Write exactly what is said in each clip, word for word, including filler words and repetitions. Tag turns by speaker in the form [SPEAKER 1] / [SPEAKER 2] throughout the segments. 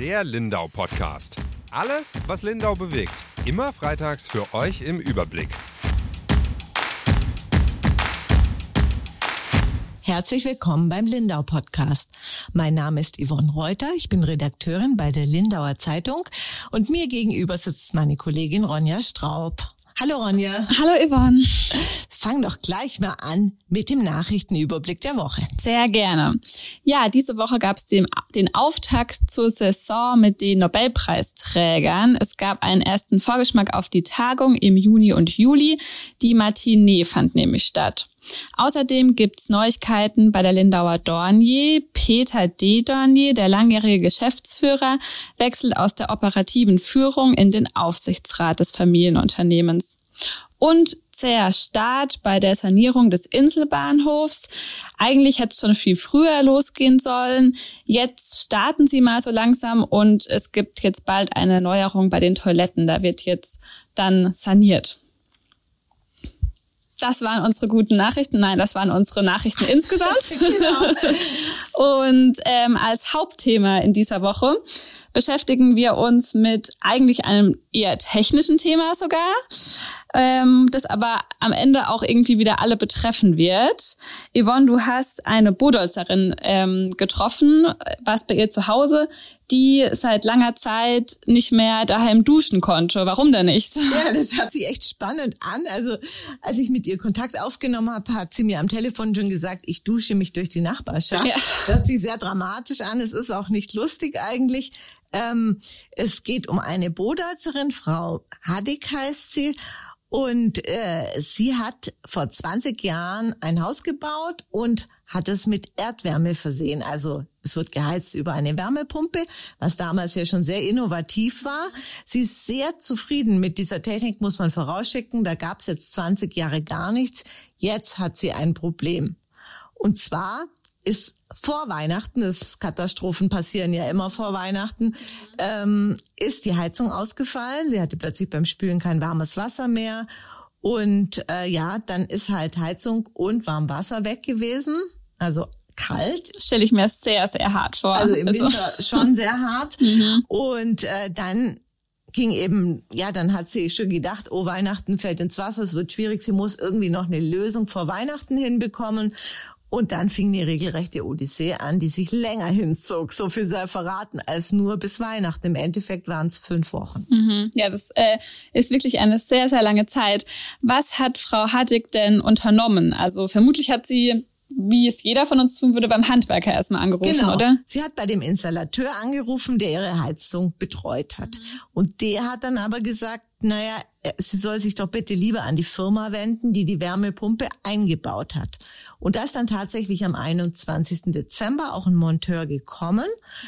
[SPEAKER 1] Der Lindau-Podcast. Alles, was Lindau bewegt. Immer freitags für euch im Überblick.
[SPEAKER 2] Herzlich willkommen beim Lindau-Podcast. Mein Name ist Yvonne Reuter, ich bin Redakteurin bei der Lindauer Zeitung und mir gegenüber sitzt meine Kollegin Ronja Straub. Hallo Ronja.
[SPEAKER 3] Hallo Yvonne.
[SPEAKER 2] Fang doch gleich mal an mit dem Nachrichtenüberblick der Woche.
[SPEAKER 3] Sehr gerne. Ja, diese Woche gab es den, den Auftakt zur Saison mit den Nobelpreisträgern. Es gab einen ersten Vorgeschmack auf die Tagung im Juni und Juli. Die Matinee fand nämlich statt. Außerdem gibt's Neuigkeiten bei der Lindauer Dornier. Peter D. Dornier, der langjährige Geschäftsführer, wechselt aus der operativen Führung in den Aufsichtsrat des Familienunternehmens. Und zäher Start bei der Sanierung des Inselbahnhofs. Eigentlich hätte es schon viel früher losgehen sollen. Jetzt starten sie mal so langsam und es gibt jetzt bald eine Neuerung bei den Toiletten. Da wird jetzt dann saniert. Das waren unsere guten Nachrichten. Nein, das waren unsere Nachrichten insgesamt. Genau. Und ähm, als Hauptthema in dieser Woche beschäftigen wir uns mit eigentlich einem eher technischen Thema sogar, ähm, das aber am Ende auch irgendwie wieder alle betreffen wird. Yvonne, du hast eine Budolzerin ähm, getroffen, warst bei ihr zu Hause, die seit langer Zeit nicht mehr daheim duschen konnte. Warum denn nicht?
[SPEAKER 2] Ja, das hört sich echt spannend an. Also als ich mit ihr Kontakt aufgenommen habe, hat sie mir am Telefon schon gesagt, ich dusche mich durch die Nachbarschaft. Ja. Hört sich sehr dramatisch an. Es ist auch nicht lustig eigentlich. Ähm, es geht um eine Bodolzerin, Frau Hadik heißt sie. Und äh, sie hat vor zwanzig Jahren ein Haus gebaut und hat es mit Erdwärme versehen. Also es wird geheizt über eine Wärmepumpe, was damals ja schon sehr innovativ war. Sie ist sehr zufrieden mit dieser Technik, muss man vorausschicken. Da gab es jetzt zwanzig Jahre gar nichts. Jetzt hat sie ein Problem. Und zwar ist vor Weihnachten, das Katastrophen passieren ja immer vor Weihnachten, ähm, ist die Heizung ausgefallen. Sie hatte plötzlich beim Spülen kein warmes Wasser mehr. Und äh, ja, dann ist halt Heizung und Warmwasser weg gewesen. Also kalt.
[SPEAKER 3] Stelle ich mir sehr, sehr hart vor.
[SPEAKER 2] Also im
[SPEAKER 3] also.
[SPEAKER 2] Winter schon sehr hart. Mhm. Und äh, dann ging eben, ja, dann hat sie schon gedacht, oh, Weihnachten fällt ins Wasser, es wird schwierig. Sie muss irgendwie noch eine Lösung vor Weihnachten hinbekommen. Und dann fing eine regelrechte Odyssee an, die sich länger hinzog. So viel sei verraten, als nur bis Weihnachten. Im Endeffekt waren es fünf Wochen.
[SPEAKER 3] Mhm. Ja, das äh, ist wirklich eine sehr, sehr lange Zeit. Was hat Frau Hadik denn unternommen? Also vermutlich hat sie, wie es jeder von uns tun würde, beim Handwerker erstmal angerufen,
[SPEAKER 2] genau.
[SPEAKER 3] Oder?
[SPEAKER 2] Sie hat bei dem Installateur angerufen, der ihre Heizung betreut hat. Mhm. Und der hat dann aber gesagt, naja, sie soll sich doch bitte lieber an die Firma wenden, die die Wärmepumpe eingebaut hat. Und da ist dann tatsächlich am einundzwanzigsten Dezember auch ein Monteur gekommen.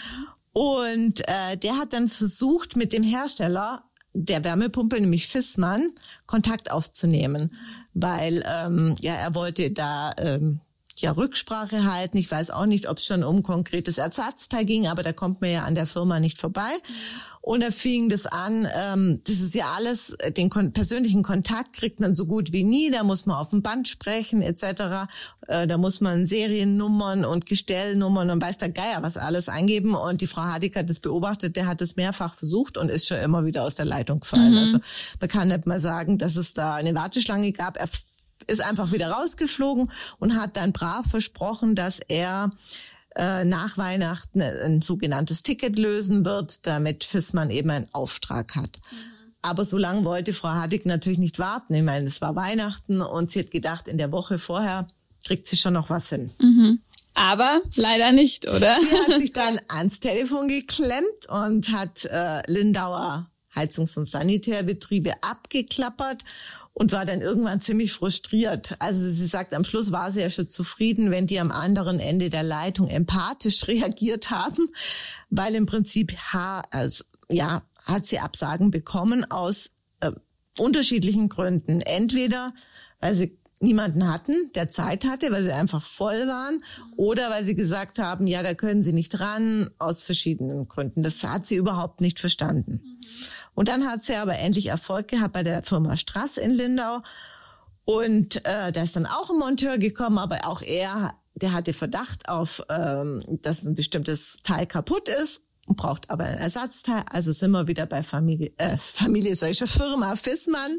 [SPEAKER 2] Und äh, der hat dann versucht, mit dem Hersteller der Wärmepumpe, nämlich Viessmann, Kontakt aufzunehmen. Weil ähm, ja er wollte da ähm, ja Rücksprache halten. Ich weiß auch nicht, ob es schon um konkretes Ersatzteil ging, aber da kommt man ja an der Firma nicht vorbei. Und da fing das an, ähm, das ist ja alles, den kon- persönlichen Kontakt kriegt man so gut wie nie, da muss man auf dem Band sprechen et cetera. Äh, da muss man Seriennummern und Gestellnummern und weiß der Geier was alles eingeben. Und die Frau Hadik hat das beobachtet, der hat es mehrfach versucht und ist schon immer wieder aus der Leitung gefallen. Mhm. Also man kann nicht mal sagen, dass es da eine Warteschlange gab. Er ist einfach wieder rausgeflogen und hat dann brav versprochen, dass er äh, nach Weihnachten ein sogenanntes Ticket lösen wird, damit Viessmann eben einen Auftrag hat. Mhm. Aber so lange wollte Frau Hadik natürlich nicht warten. Ich meine, es war Weihnachten und sie hat gedacht, in der Woche vorher kriegt sie schon noch was hin.
[SPEAKER 3] Mhm. Aber leider nicht, oder?
[SPEAKER 2] Sie hat sich dann ans Telefon geklemmt und hat äh, Lindauer Heizungs- und Sanitärbetriebe abgeklappert und war dann irgendwann ziemlich frustriert. Also sie sagt, am Schluss war sie ja schon zufrieden, wenn die am anderen Ende der Leitung empathisch reagiert haben, weil im Prinzip ha, also, ja, hat sie Absagen bekommen aus äh, unterschiedlichen Gründen. Entweder, weil sie niemanden hatten, der Zeit hatte, weil sie einfach voll waren, oder weil sie gesagt haben, ja, da können sie nicht ran, aus verschiedenen Gründen. Das hat sie überhaupt nicht verstanden. Mhm. Und dann hat sie aber endlich Erfolg gehabt bei der Firma Strass in Lindau. Und äh, da ist dann auch ein Monteur gekommen, aber auch er, der hatte Verdacht auf, ähm, dass ein bestimmtes Teil kaputt ist. braucht aber ein Ersatzteil. Also sind wir wieder bei Familie, äh, Familie solcher Firma Fissmann.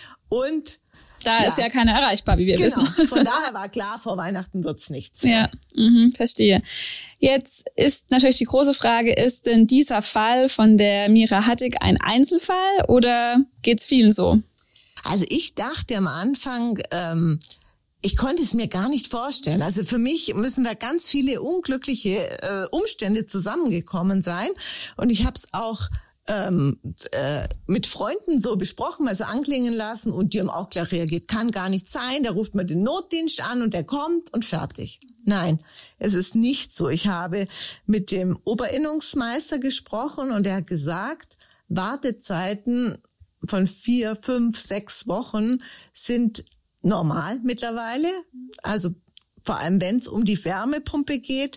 [SPEAKER 2] Und
[SPEAKER 3] da ja. ist ja keiner erreichbar, wie wir
[SPEAKER 2] genau.
[SPEAKER 3] wissen.
[SPEAKER 2] Von daher war klar, vor Weihnachten wird's nichts.
[SPEAKER 3] Ja, mhm, verstehe. Jetzt ist natürlich die große Frage, ist denn dieser Fall von der Mira Hattig ein Einzelfall oder geht's vielen so?
[SPEAKER 2] Also ich dachte am Anfang, ähm, ich konnte es mir gar nicht vorstellen. Also für mich müssen da ganz viele unglückliche äh, Umstände zusammengekommen sein. Und ich habe es auch ähm, äh, mit Freunden so besprochen, also anklingen lassen. Und die haben auch gleich reagiert, kann gar nicht sein. Da ruft man den Notdienst an und der kommt und fertig. Nein, es ist nicht so. Ich habe mit dem Oberinnungsmeister gesprochen und er hat gesagt, Wartezeiten von vier, fünf, sechs Wochen sind normal mittlerweile, also vor allem wenn es um die Wärmepumpe geht,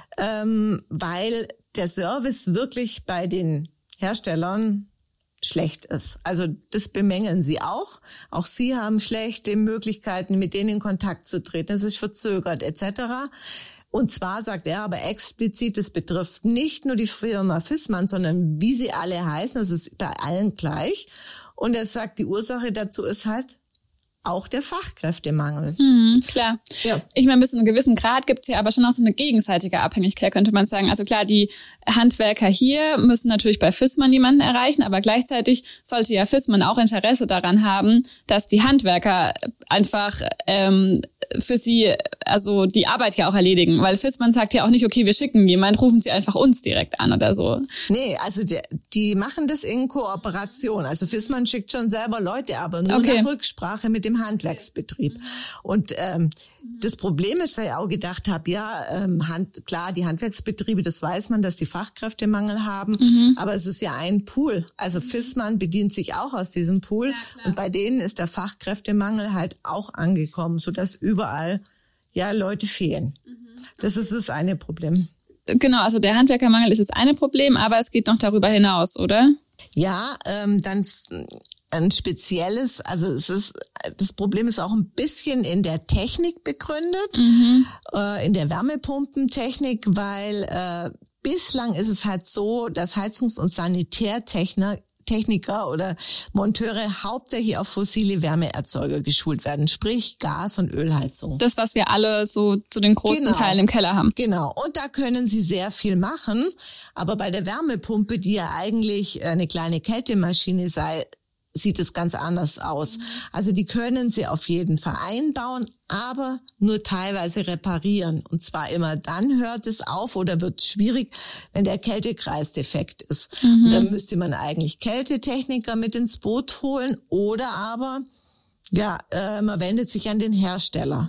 [SPEAKER 2] ähm, weil der Service wirklich bei den Herstellern schlecht ist. Also das bemängeln sie auch. Auch sie haben schlechte Möglichkeiten, mit denen in Kontakt zu treten. Es ist verzögert et cetera. Und zwar sagt er aber explizit, es betrifft nicht nur die Firma Fissmann, sondern wie sie alle heißen, es ist bei allen gleich. Und er sagt, die Ursache dazu ist halt auch der Fachkräftemangel.
[SPEAKER 3] Mhm, klar.
[SPEAKER 2] Ja.
[SPEAKER 3] Ich meine, bis zu einem gewissen Grad gibt's ja aber schon auch so eine gegenseitige Abhängigkeit, könnte man sagen. Also klar, die Handwerker hier müssen natürlich bei Fissmann jemanden erreichen, aber gleichzeitig sollte ja Fissmann auch Interesse daran haben, dass die Handwerker einfach ähm, für sie also die Arbeit ja auch erledigen. Weil Fissmann sagt ja auch nicht, okay, wir schicken jemanden, rufen sie einfach uns direkt an oder so.
[SPEAKER 2] Nee, also die, die machen das in Kooperation. Also Fissmann schickt schon selber Leute, aber nur
[SPEAKER 3] okay.
[SPEAKER 2] nach Rücksprache mit dem Handwerksbetrieb. Und ähm, das Problem ist, weil ich auch gedacht habe, ja, ähm, Hand, klar, die Handwerksbetriebe, das weiß man, dass die Fachkräftemangel haben, mhm. aber es ist ja ein Pool. Also Fissmann bedient sich auch aus diesem Pool ja, und bei denen ist der Fachkräftemangel halt auch angekommen, sodass überall ja Leute fehlen. Mhm. Das ist das eine Problem.
[SPEAKER 3] Genau, also der Handwerkermangel ist das eine Problem, aber es geht noch darüber hinaus, oder?
[SPEAKER 2] Ja, ähm, dann ein spezielles, also es ist, das Problem ist auch ein bisschen in der Technik begründet, mhm. äh, in der Wärmepumpentechnik, weil äh, bislang ist es halt so, dass Heizungs- und Sanitärtechniker Techniker oder Monteure hauptsächlich auf fossile Wärmeerzeuger geschult werden, sprich Gas- und Ölheizung.
[SPEAKER 3] Das, was wir alle so zu den großen
[SPEAKER 2] genau.
[SPEAKER 3] Teilen im Keller haben.
[SPEAKER 2] Genau, und da können sie sehr viel machen, aber bei der Wärmepumpe, die ja eigentlich eine kleine Kältemaschine sei, sieht es ganz anders aus. Also die können sie auf jeden Fall einbauen, aber nur teilweise reparieren. Und zwar immer dann hört es auf oder wird schwierig, wenn der Kältekreis defekt ist. Mhm. Und dann müsste man eigentlich Kältetechniker mit ins Boot holen oder aber ja, äh, man wendet sich an den Hersteller. Mhm.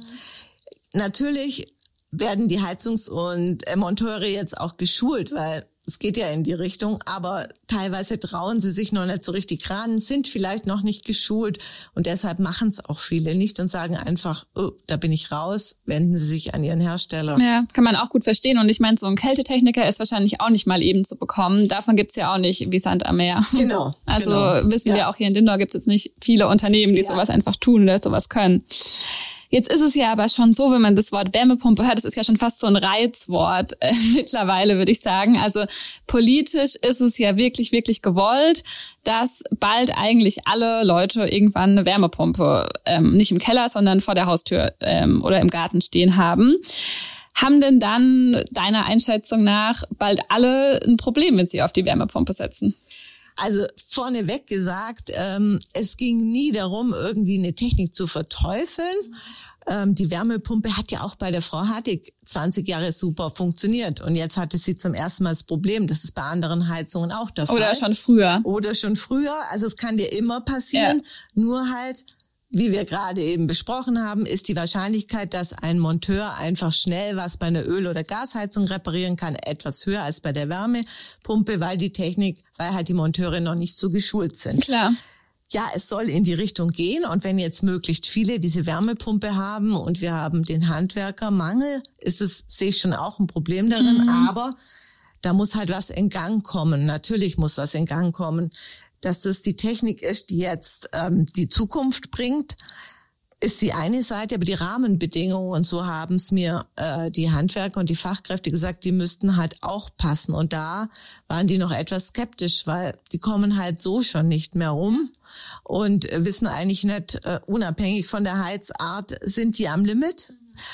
[SPEAKER 2] Natürlich werden die Heizungs- und äh, Monteure jetzt auch geschult, weil es geht ja in die Richtung, aber teilweise trauen sie sich noch nicht so richtig ran, sind vielleicht noch nicht geschult und deshalb machen es auch viele nicht und sagen einfach, oh, da bin ich raus, wenden sie sich an ihren Hersteller.
[SPEAKER 3] Ja, kann man auch gut verstehen und ich meine, so ein Kältetechniker ist wahrscheinlich auch nicht mal eben zu bekommen. Davon gibt's ja auch nicht wie Sand am Meer.
[SPEAKER 2] Genau.
[SPEAKER 3] Also
[SPEAKER 2] genau.
[SPEAKER 3] wissen
[SPEAKER 2] ja.
[SPEAKER 3] wir auch hier in Lindau gibt's jetzt nicht viele Unternehmen, die ja. sowas einfach tun oder sowas können. Jetzt ist es ja aber schon so, wenn man das Wort Wärmepumpe hört, das ist ja schon fast so ein Reizwort äh, mittlerweile, würde ich sagen. Also politisch ist es ja wirklich, wirklich gewollt, dass bald eigentlich alle Leute irgendwann eine Wärmepumpe ähm, nicht im Keller, sondern vor der Haustür ähm, oder im Garten stehen haben. Haben denn dann deiner Einschätzung nach bald alle ein Problem, wenn sie auf die Wärmepumpe setzen?
[SPEAKER 2] Also vorneweg gesagt, ähm, es ging nie darum, irgendwie eine Technik zu verteufeln. Ähm, die Wärmepumpe hat ja auch bei der Frau Hattig zwanzig Jahre super funktioniert. Und jetzt hatte sie zum ersten Mal das Problem. Das ist bei anderen Heizungen auch der Fall.
[SPEAKER 3] Oder schon früher.
[SPEAKER 2] Oder schon früher. Also es kann dir immer passieren. Ja. Nur halt, wie wir gerade eben besprochen haben, ist die Wahrscheinlichkeit, dass ein Monteur einfach schnell was bei einer Öl- oder Gasheizung reparieren kann, etwas höher als bei der Wärmepumpe, weil die Technik, weil halt die Monteure noch nicht so geschult sind.
[SPEAKER 3] Klar.
[SPEAKER 2] Ja, es soll in die Richtung gehen und wenn jetzt möglichst viele diese Wärmepumpe haben und wir haben den Handwerkermangel, ist es, sehe ich schon auch ein Problem darin, mhm. aber da muss halt was in Gang kommen. Natürlich muss was in Gang kommen. Dass das die Technik ist, die jetzt ähm, die Zukunft bringt, ist die eine Seite, aber die Rahmenbedingungen und so haben es mir äh, die Handwerker und die Fachkräfte gesagt, die müssten halt auch passen. Und da waren die noch etwas skeptisch, weil die kommen halt so schon nicht mehr rum und äh, wissen eigentlich nicht, äh, unabhängig von der Heizart, sind die am Limit.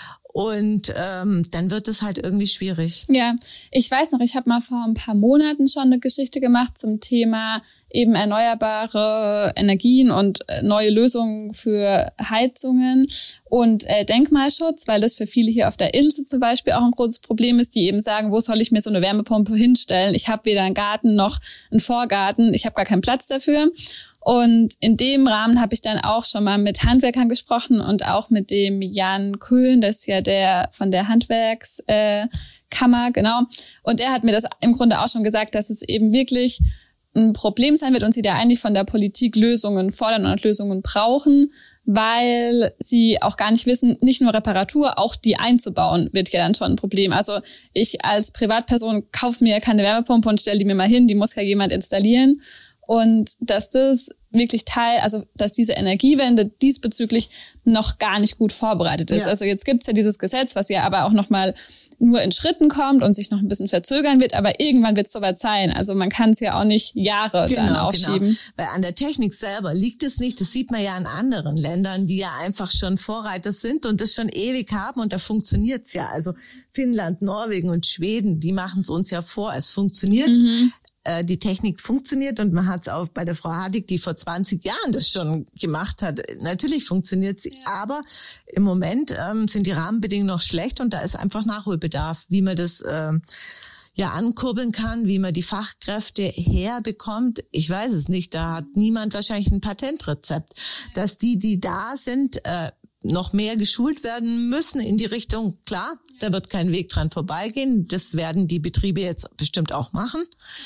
[SPEAKER 2] Und ähm, dann wird es halt irgendwie schwierig.
[SPEAKER 3] Ja, ich weiß noch, ich habe mal vor ein paar Monaten schon eine Geschichte gemacht zum Thema eben erneuerbare Energien und neue Lösungen für Heizungen und äh, Denkmalschutz, weil das für viele hier auf der Insel zum Beispiel auch ein großes Problem ist, die eben sagen, wo soll ich mir so eine Wärmepumpe hinstellen? Ich habe weder einen Garten noch einen Vorgarten, ich habe gar keinen Platz dafür. Und in dem Rahmen habe ich dann auch schon mal mit Handwerkern gesprochen und auch mit dem Jan Köhn, das ist ja der von der Handwerkskammer, äh, genau. Und der hat mir das im Grunde auch schon gesagt, dass es eben wirklich ein Problem sein wird und sie da eigentlich von der Politik Lösungen fordern und Lösungen brauchen, weil sie auch gar nicht wissen, nicht nur Reparatur, auch die einzubauen, wird ja dann schon ein Problem. Also ich als Privatperson kaufe mir keine Wärmepumpe und stelle die mir mal hin, die muss ja jemand installieren. Und dass das wirklich Teil, also dass diese Energiewende diesbezüglich noch gar nicht gut vorbereitet ist. Ja. Also jetzt gibt's ja dieses Gesetz, was ja aber auch nochmal nur in Schritten kommt und sich noch ein bisschen verzögern wird, aber irgendwann wird es soweit sein. Also man kann es ja auch nicht Jahre genau, dann aufschieben.
[SPEAKER 2] Genau. Weil an der Technik selber liegt es nicht. Das sieht man ja in anderen Ländern, die ja einfach schon Vorreiter sind und das schon ewig haben und da funktioniert's ja. Also Finnland, Norwegen und Schweden, die machen es uns ja vor. Es funktioniert. Mhm. Die Technik funktioniert und man hat es auch bei der Frau Hadig, die vor zwanzig Jahren das schon gemacht hat. Natürlich funktioniert sie, ja. Aber im Moment ähm, sind die Rahmenbedingungen noch schlecht und da ist einfach Nachholbedarf, wie man das ähm, ja ankurbeln kann, wie man die Fachkräfte herbekommt. Ich weiß es nicht, da hat niemand wahrscheinlich ein Patentrezept, dass die, die da sind, äh, noch mehr geschult werden müssen in die Richtung. Klar, da wird kein Weg dran vorbeigehen. Das werden die Betriebe jetzt bestimmt auch machen.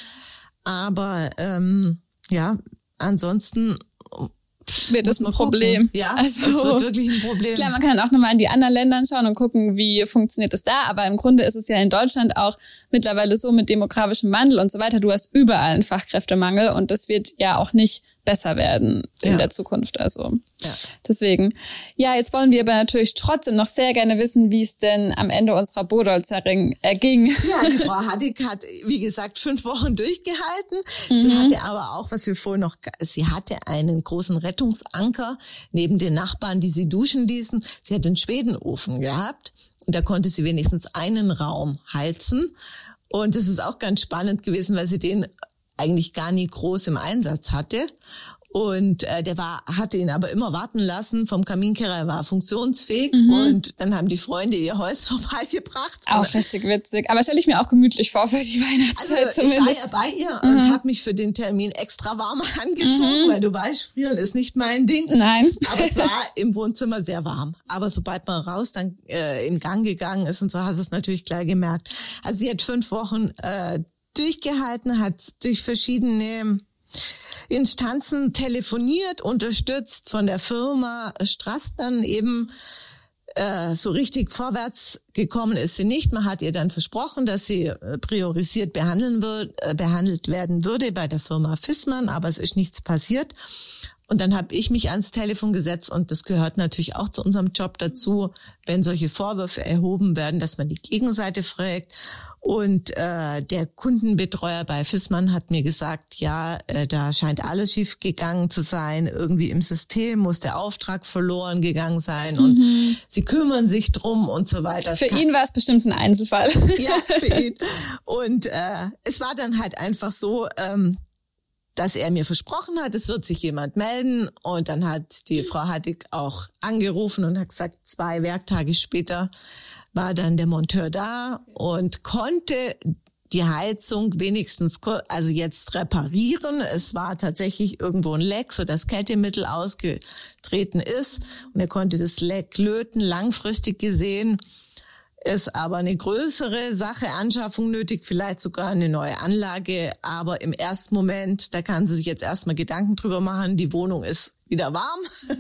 [SPEAKER 2] Aber ähm, ja, ansonsten
[SPEAKER 3] wird es ein Problem.
[SPEAKER 2] Gucken. Ja,
[SPEAKER 3] also,
[SPEAKER 2] es wird wirklich ein Problem.
[SPEAKER 3] Klar, man kann auch nochmal in die anderen Länder schauen und gucken, wie funktioniert es da. Aber im Grunde ist es ja in Deutschland auch mittlerweile so mit demografischem Wandel und so weiter. Du hast überall einen Fachkräftemangel und das wird ja auch nicht besser werden in ja. der Zukunft. Also ja. deswegen. Ja, jetzt wollen wir aber natürlich trotzdem noch sehr gerne wissen, wie es denn am Ende unserer Bodolzerring erging.
[SPEAKER 2] Ja, die Frau Hadig hat, wie gesagt, fünf Wochen durchgehalten. Mhm. Sie hatte aber auch, was wir vorhin noch, sie hatte einen großen Rettungsanker neben den Nachbarn, die sie duschen ließen. Sie hat einen Schwedenofen gehabt und da konnte sie wenigstens einen Raum heizen. Und das ist auch ganz spannend gewesen, weil sie den eigentlich gar nie groß im Einsatz hatte. Und äh, der war hatte ihn aber immer warten lassen vom Kaminkehrer, er war funktionsfähig. Mhm. Und dann haben die Freunde ihr Holz vorbeigebracht.
[SPEAKER 3] Auch richtig witzig. Aber stelle ich mir auch gemütlich vor für die Weihnachtszeit
[SPEAKER 2] also,
[SPEAKER 3] zumindest.
[SPEAKER 2] Ich war ja bei ihr mhm. und habe mich für den Termin extra warm angezogen, mhm. weil du weißt, frieren ist nicht mein Ding.
[SPEAKER 3] Nein.
[SPEAKER 2] Aber es war im Wohnzimmer sehr warm. Aber sobald man raus dann äh, in Gang gegangen ist und so, hast du es natürlich gleich gemerkt. Also sie hat fünf Wochen äh, durchgehalten, hat durch verschiedene Instanzen telefoniert, unterstützt von der Firma Strass dann eben. Äh, so richtig vorwärts gekommen ist sie nicht. Man hat ihr dann versprochen, dass sie äh, priorisiert behandeln wird, äh, behandelt werden würde bei der Firma Fissmann, aber es ist nichts passiert. Und dann habe ich mich ans Telefon gesetzt und das gehört natürlich auch zu unserem Job dazu, wenn solche Vorwürfe erhoben werden, dass man die Gegenseite fragt. Und äh, der Kundenbetreuer bei Fissmann hat mir gesagt, ja, äh, da scheint alles schief gegangen zu sein. Irgendwie im System muss der Auftrag verloren gegangen sein und mhm. sie kümmern sich drum und so weiter. Das
[SPEAKER 3] für ihn war es bestimmt ein Einzelfall.
[SPEAKER 2] Ja, für ihn. Und äh, es war dann halt einfach so, ähm, dass er mir versprochen hat, es wird sich jemand melden. Und dann hat die Frau Hadig auch angerufen und hat gesagt, zwei Werktage später war dann der Monteur da und konnte die Heizung wenigstens, also jetzt reparieren. Es war tatsächlich irgendwo ein Leck, so dass Kältemittel ausgetreten ist. Und er konnte das Leck löten, langfristig gesehen. Ist aber eine größere Sache, Anschaffung nötig, vielleicht sogar eine neue Anlage. Aber im ersten Moment, da kann sie sich jetzt erstmal Gedanken drüber machen, die Wohnung ist wieder warm.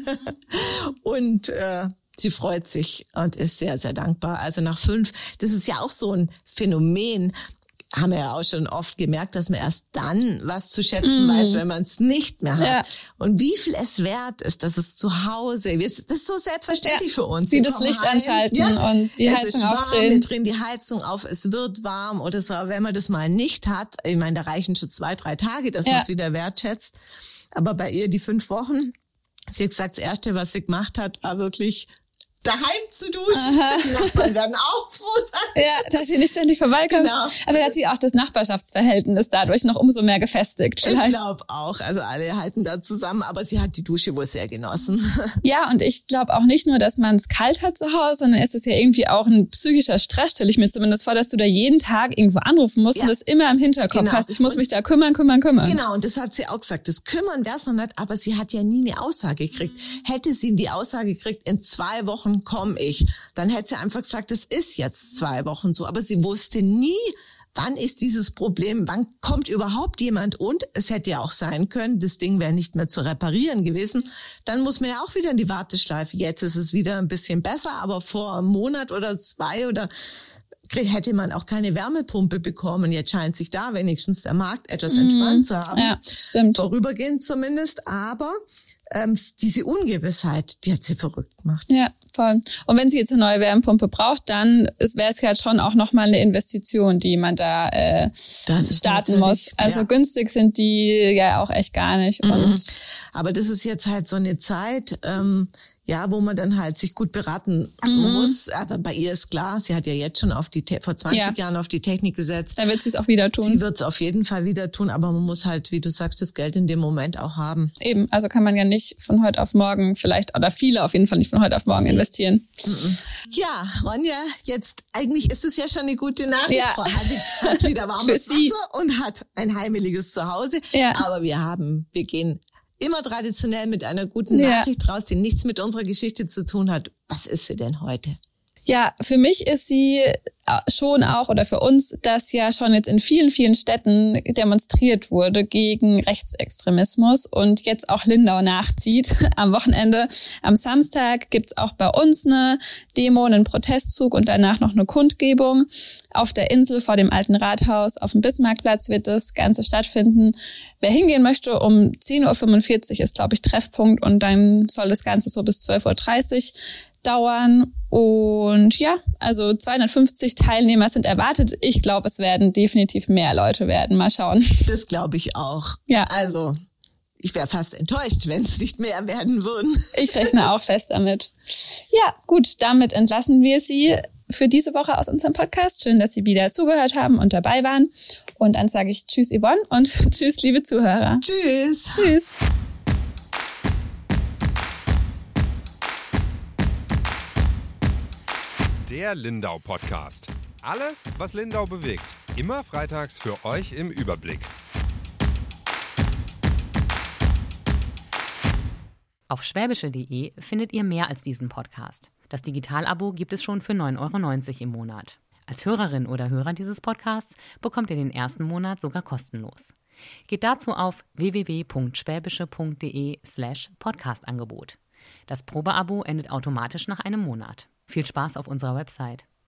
[SPEAKER 2] und äh, sie freut sich und ist sehr, sehr dankbar. Also nach fünf, das ist ja auch so ein Phänomen. haben wir ja auch schon oft gemerkt, dass man erst dann was zu schätzen mm. weiß, wenn man es nicht mehr hat. Ja. Und wie viel es wert ist, dass es zu Hause, das ist so selbstverständlich ja. für uns.
[SPEAKER 3] Wie das Licht heim, anschalten ja, und die
[SPEAKER 2] es
[SPEAKER 3] Heizung
[SPEAKER 2] ist warm,
[SPEAKER 3] aufdrehen.
[SPEAKER 2] Wir drehen die Heizung auf, es wird warm oder so. Aber wenn man das mal nicht hat, ich meine, da reichen schon zwei, drei Tage, dass ja. man es wieder wertschätzt. Aber bei ihr die fünf Wochen, sie hat gesagt, das Erste, was sie gemacht hat, war wirklich daheim zu duschen. Aha. Die Nachbarn werden auch froh sein.
[SPEAKER 3] Ja, dass sie nicht ständig vorbeikommt. Genau. Aber hat sie auch das Nachbarschaftsverhältnis dadurch noch umso mehr gefestigt. Vielleicht.
[SPEAKER 2] Ich glaube auch. Also alle halten da zusammen, aber sie hat die Dusche wohl sehr genossen.
[SPEAKER 3] Ja, und ich glaube auch nicht nur, dass man es kalt hat zu Hause, sondern es ist ja irgendwie auch ein psychischer Stress, stelle ich mir zumindest vor, dass du da jeden Tag irgendwo anrufen musst ja. und das immer im Hinterkopf genau. hast. Ich muss und mich da kümmern, kümmern, kümmern.
[SPEAKER 2] Genau, und das hat sie auch gesagt. Das Kümmern wär's noch nicht, aber sie hat ja nie eine Aussage gekriegt. Hätte sie die Aussage gekriegt, in zwei Wochen komme ich, dann hätte sie einfach gesagt, es ist jetzt zwei Wochen so. Aber sie wusste nie, wann ist dieses Problem, wann kommt überhaupt jemand, und es hätte ja auch sein können, das Ding wäre nicht mehr zu reparieren gewesen. Dann muss man ja auch wieder in die Warteschleife. Jetzt ist es wieder ein bisschen besser, aber vor einem Monat oder zwei oder hätte man auch keine Wärmepumpe bekommen. Jetzt scheint sich da wenigstens der Markt etwas entspannt mm, zu haben.
[SPEAKER 3] Ja, stimmt.
[SPEAKER 2] Vorübergehend zumindest, aber ähm, diese Ungewissheit, die hat sie verrückt gemacht.
[SPEAKER 3] Ja, voll. Und wenn sie jetzt eine neue Wärmepumpe braucht, dann wäre es ja schon auch nochmal eine Investition, die man da äh, starten muss. Also ja. günstig sind die ja auch echt gar nicht.
[SPEAKER 2] Mhm.
[SPEAKER 3] Und
[SPEAKER 2] aber das ist jetzt halt so eine Zeit, ähm, ja, wo man dann halt sich gut beraten mhm. muss. Aber bei ihr ist klar, sie hat ja jetzt schon auf die vor zwanzig ja. Jahren auf die Technik gesetzt.
[SPEAKER 3] Dann wird sie es auch wieder tun.
[SPEAKER 2] Sie wird es auf jeden Fall wieder tun, aber man muss halt, wie du sagst, das Geld in dem Moment auch haben.
[SPEAKER 3] Eben, also kann man ja nicht von heute auf morgen vielleicht, oder viele auf jeden Fall nicht von heute auf morgen investieren.
[SPEAKER 2] Mhm. Ja, Ronja, jetzt eigentlich ist es ja schon eine gute Nachricht. Ja. Frau Hadig hat wieder warmes Wasser und hat ein heimeliges Zuhause. Ja. Aber wir haben, wir gehen immer traditionell mit einer guten Nachricht ja. raus, die nichts mit unserer Geschichte zu tun hat. Was ist sie denn heute?
[SPEAKER 3] Ja, für mich ist sie schon auch, oder für uns, dass ja schon jetzt in vielen, vielen Städten demonstriert wurde gegen Rechtsextremismus und jetzt auch Lindau nachzieht am Wochenende. Am Samstag gibt's auch bei uns eine Demo, einen Protestzug und danach noch eine Kundgebung. Auf der Insel vor dem Alten Rathaus auf dem Bismarckplatz wird das Ganze stattfinden. Wer hingehen möchte, um zehn Uhr fünfundvierzig ist, glaube ich, Treffpunkt, und dann soll das Ganze so bis zwölf Uhr dreißig dauern. Und ja, also zweihundertfünfzig Teilnehmer sind erwartet. Ich glaube, es werden definitiv mehr Leute werden. Mal schauen.
[SPEAKER 2] Das glaube ich auch.
[SPEAKER 3] Ja.
[SPEAKER 2] Also ich wäre fast enttäuscht, wenn es nicht mehr werden würden.
[SPEAKER 3] Ich rechne auch fest damit. Ja, gut, damit entlassen wir Sie für diese Woche aus unserem Podcast. Schön, dass Sie wieder zugehört haben und dabei waren. Und dann sage ich Tschüss, Yvonne, und Tschüss, liebe Zuhörer.
[SPEAKER 2] Tschüss.
[SPEAKER 3] Tschüss.
[SPEAKER 1] Der Lindau-Podcast. Alles, was Lindau bewegt. Immer freitags für euch im Überblick.
[SPEAKER 4] Auf schwäbische punkt de findet ihr mehr als diesen Podcast. Das Digital-Abo gibt es schon für neun Euro neunzig im Monat. Als Hörerin oder Hörer dieses Podcasts bekommt ihr den ersten Monat sogar kostenlos. Geht dazu auf w w w punkt schwäbische punkt de slash Podcastangebot. Das Probeabo endet automatisch nach einem Monat. Viel Spaß auf unserer Website.